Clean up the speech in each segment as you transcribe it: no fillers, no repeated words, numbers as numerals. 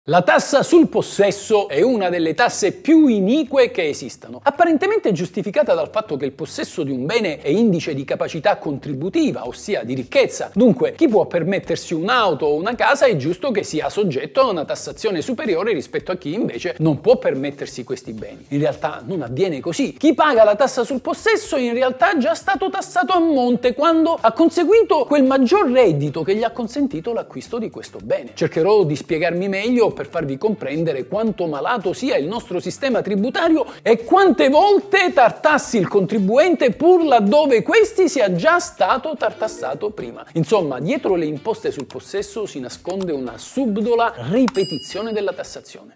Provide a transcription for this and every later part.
La tassa sul possesso è una delle tasse più inique che esistano, apparentemente giustificata dal fatto che il possesso di un bene è indice di capacità contributiva, ossia di ricchezza. Dunque, chi può permettersi un'auto o una casa è giusto che sia soggetto a una tassazione superiore rispetto a chi invece non può permettersi questi beni. In realtà non avviene così. Chi paga la tassa sul possesso in realtà è già stato tassato a monte quando ha conseguito quel maggior reddito che gli ha consentito l'acquisto di questo bene. Cercherò di spiegarmi meglio per farvi comprendere quanto malato sia il nostro sistema tributario e quante volte tartassi il contribuente pur laddove questi sia già stato tartassato prima. Insomma, dietro le imposte sul possesso si nasconde una subdola ripetizione della tassazione.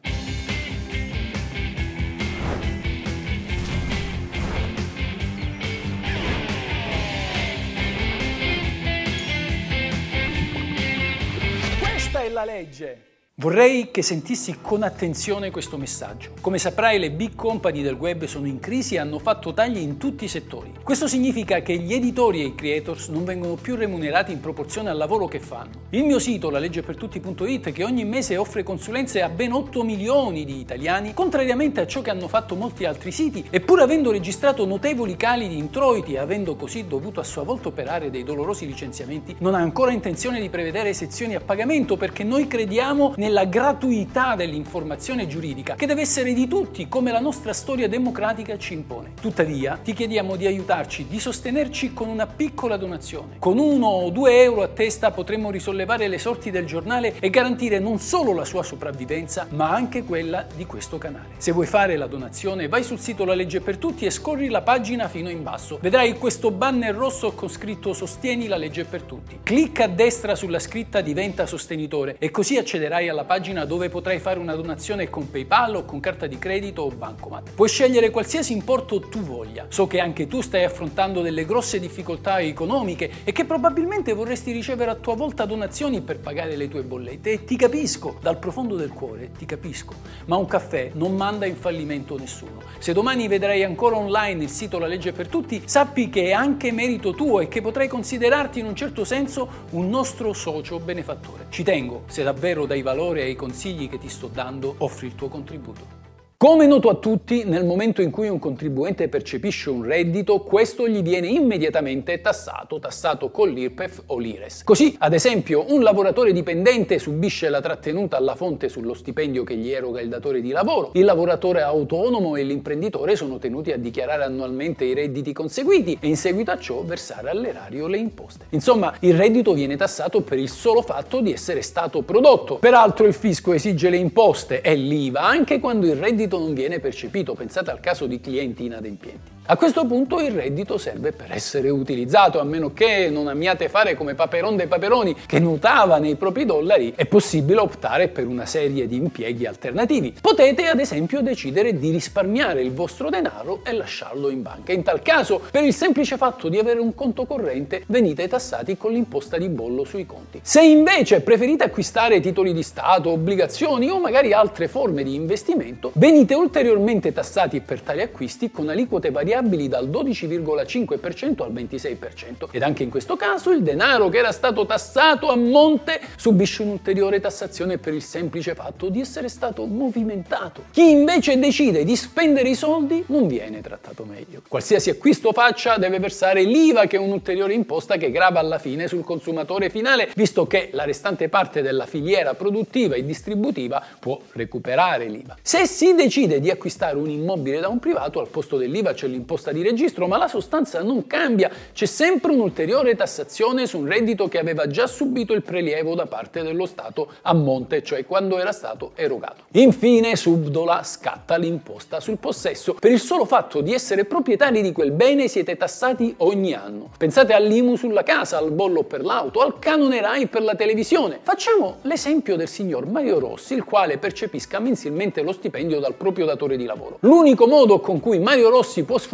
Questa è la legge. Vorrei che sentissi con attenzione questo messaggio. Come saprai, le big company del web sono in crisi e hanno fatto tagli in tutti i settori. Questo significa che gli editori e i creators non vengono più remunerati in proporzione al lavoro che fanno. Il mio sito, laleggepertutti.it, che ogni mese offre consulenze a ben 8 milioni di italiani, contrariamente a ciò che hanno fatto molti altri siti, e pur avendo registrato notevoli cali di introiti e avendo così dovuto a sua volta operare dei dolorosi licenziamenti, non ha ancora intenzione di prevedere sezioni a pagamento perché noi crediamo nella gratuità dell'informazione giuridica, che deve essere di tutti, come la nostra storia democratica ci impone. Tuttavia, ti chiediamo di aiutarci, di sostenerci con una piccola donazione. Con 1 o 2 euro a testa potremmo risollevare le sorti del giornale e garantire non solo la sua sopravvivenza, ma anche quella di questo canale. Se vuoi fare la donazione, vai sul sito La Legge per Tutti e scorri la pagina fino in basso. Vedrai questo banner rosso con scritto Sostieni la Legge per Tutti. Clicca a destra sulla scritta Diventa sostenitore e così accederai alla pagina dove potrai fare una donazione con PayPal o con carta di credito o bancomat. Puoi scegliere qualsiasi importo tu voglia. So che anche tu stai affrontando delle grosse difficoltà economiche e che probabilmente vorresti ricevere a tua volta donazioni per pagare le tue bollette, e ti capisco, dal profondo del cuore ti capisco, ma un caffè non manda in fallimento nessuno. Se domani vedrai ancora online il sito La Legge per Tutti, sappi che è anche merito tuo e che potrai considerarti in un certo senso un nostro socio benefattore. Ci tengo, se davvero dai valore e ai consigli che ti sto dando, offri il tuo contributo. Come è noto a tutti, nel momento in cui un contribuente percepisce un reddito, questo gli viene immediatamente tassato con l'IRPEF o l'IRES. Così, ad esempio, un lavoratore dipendente subisce la trattenuta alla fonte sullo stipendio che gli eroga il datore di lavoro, il lavoratore autonomo e l'imprenditore sono tenuti a dichiarare annualmente i redditi conseguiti e in seguito a ciò versare all'erario le imposte. Insomma, il reddito viene tassato per il solo fatto di essere stato prodotto. Peraltro il fisco esige le imposte e l'IVA anche quando il reddito non viene percepito. Pensate al caso di clienti inadempienti. A questo punto il reddito serve per essere utilizzato, a meno che non amiate fare come Paperon dei Paperoni che nuotava nei propri dollari. È possibile optare per una serie di impieghi alternativi. Potete ad esempio decidere di risparmiare il vostro denaro e lasciarlo in banca. In tal caso, per il semplice fatto di avere un conto corrente, venite tassati con l'imposta di bollo sui conti. Se invece preferite acquistare titoli di Stato, obbligazioni o magari altre forme di investimento, venite ulteriormente tassati per tali acquisti con aliquote variabili dal 12,5% al 26%, ed anche in questo caso il denaro che era stato tassato a monte subisce un'ulteriore tassazione per il semplice fatto di essere stato movimentato. Chi invece decide di spendere i soldi non viene trattato meglio. Qualsiasi acquisto faccia deve versare l'IVA, che è un'ulteriore imposta che grava alla fine sul consumatore finale, visto che la restante parte della filiera produttiva e distributiva può recuperare l'IVA. Se si decide di acquistare un immobile da un privato, al posto dell'IVA c'è l'imposta di registro, ma la sostanza non cambia. C'è sempre un'ulteriore tassazione su un reddito che aveva già subito il prelievo da parte dello Stato a monte, cioè quando era stato erogato. Infine, subdola, scatta l'imposta sul possesso. Per il solo fatto di essere proprietari di quel bene siete tassati ogni anno. Pensate all'IMU sulla casa, al bollo per l'auto, al canone Rai per la televisione. Facciamo l'esempio del signor Mario Rossi, il quale percepisca mensilmente lo stipendio dal proprio datore di lavoro. L'unico modo con cui Mario Rossi può sfruttare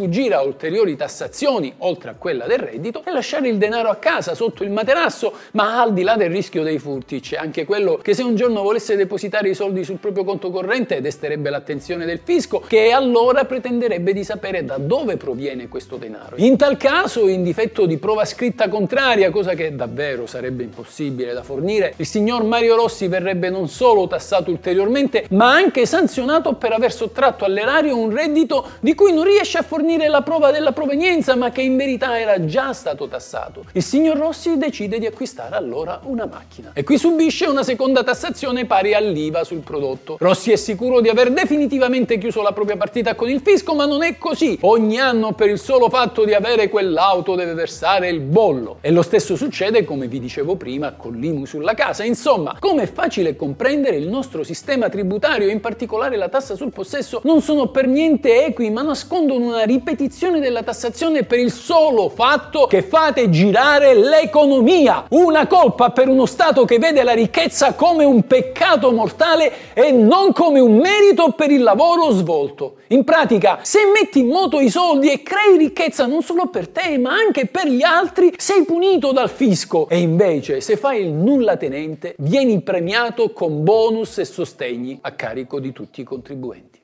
sfuggire a ulteriori tassazioni oltre a quella del reddito e lasciare il denaro a casa sotto il materasso, ma al di là del rischio dei furti c'è anche quello che se un giorno volesse depositare i soldi sul proprio conto corrente desterebbe l'attenzione del fisco, che allora pretenderebbe di sapere da dove proviene questo denaro. In tal caso, in difetto di prova scritta contraria, cosa che davvero sarebbe impossibile da fornire, il signor Mario Rossi verrebbe non solo tassato ulteriormente, ma anche sanzionato per aver sottratto all'erario un reddito di cui non riesce a fornire la prova della provenienza, ma che in verità era già stato tassato. Il signor Rossi decide di acquistare allora una macchina e qui subisce una seconda tassazione pari all'IVA sul prodotto. Rossi è sicuro di aver definitivamente chiuso la propria partita con il fisco, ma non è così. Ogni anno per il solo fatto di avere quell'auto deve versare il bollo. E lo stesso succede, come vi dicevo prima, con l'IMU sulla casa. Insomma, come è facile comprendere, il nostro sistema tributario e in particolare la tassa sul possesso non sono per niente equi, ma nascondono una ripetizione della tassazione per il solo fatto che fate girare l'economia. Una colpa per uno Stato che vede la ricchezza come un peccato mortale e non come un merito per il lavoro svolto. In pratica, se metti in moto i soldi e crei ricchezza non solo per te, ma anche per gli altri, sei punito dal fisco. E invece, se fai il nullatenente, vieni premiato con bonus e sostegni a carico di tutti i contribuenti.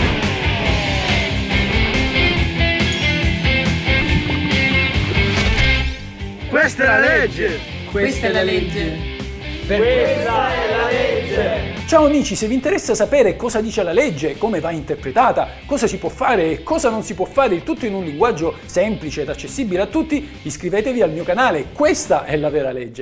Questa è la legge! Questa è la legge! Questa è la legge! Ciao amici, se vi interessa sapere cosa dice la legge, come va interpretata, cosa si può fare e cosa non si può fare, il tutto in un linguaggio semplice ed accessibile a tutti, iscrivetevi al mio canale. Questa è la vera legge.